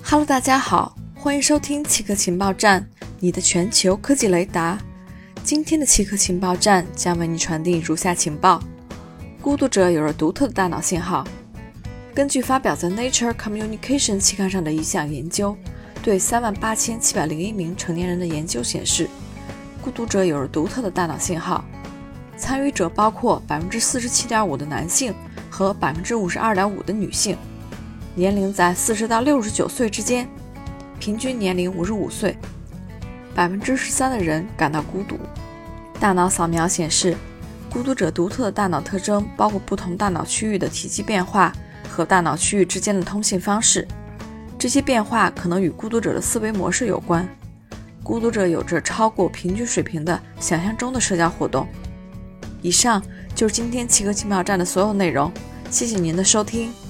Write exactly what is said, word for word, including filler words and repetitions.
Hello， 大家好，欢迎收听奇科情报站，你的全球科技雷达。今天的奇科情报站将为你传递如下情报：孤独者有着独特的大脑信号。根据发表在 Nature Communication 期刊上的一项研究，对三万八千七百零一名成年人的研究显示，孤独者有着独特的大脑信号。参与者包括 百分之四十七点五 的男性和 百分之五十二点五 的女性，年龄在四十到六十九岁之间，平均年龄五十五岁。 百分之十三 的人感到孤独。大脑扫描显示，孤独者独特的大脑特征包括不同大脑区域的体积变化和大脑区域之间的通信方式，这些变化可能与孤独者的思维模式有关。孤独者有着超过平均水平的想象中的社交活动。以上就是今天奇科情报站的所有内容，谢谢您的收听。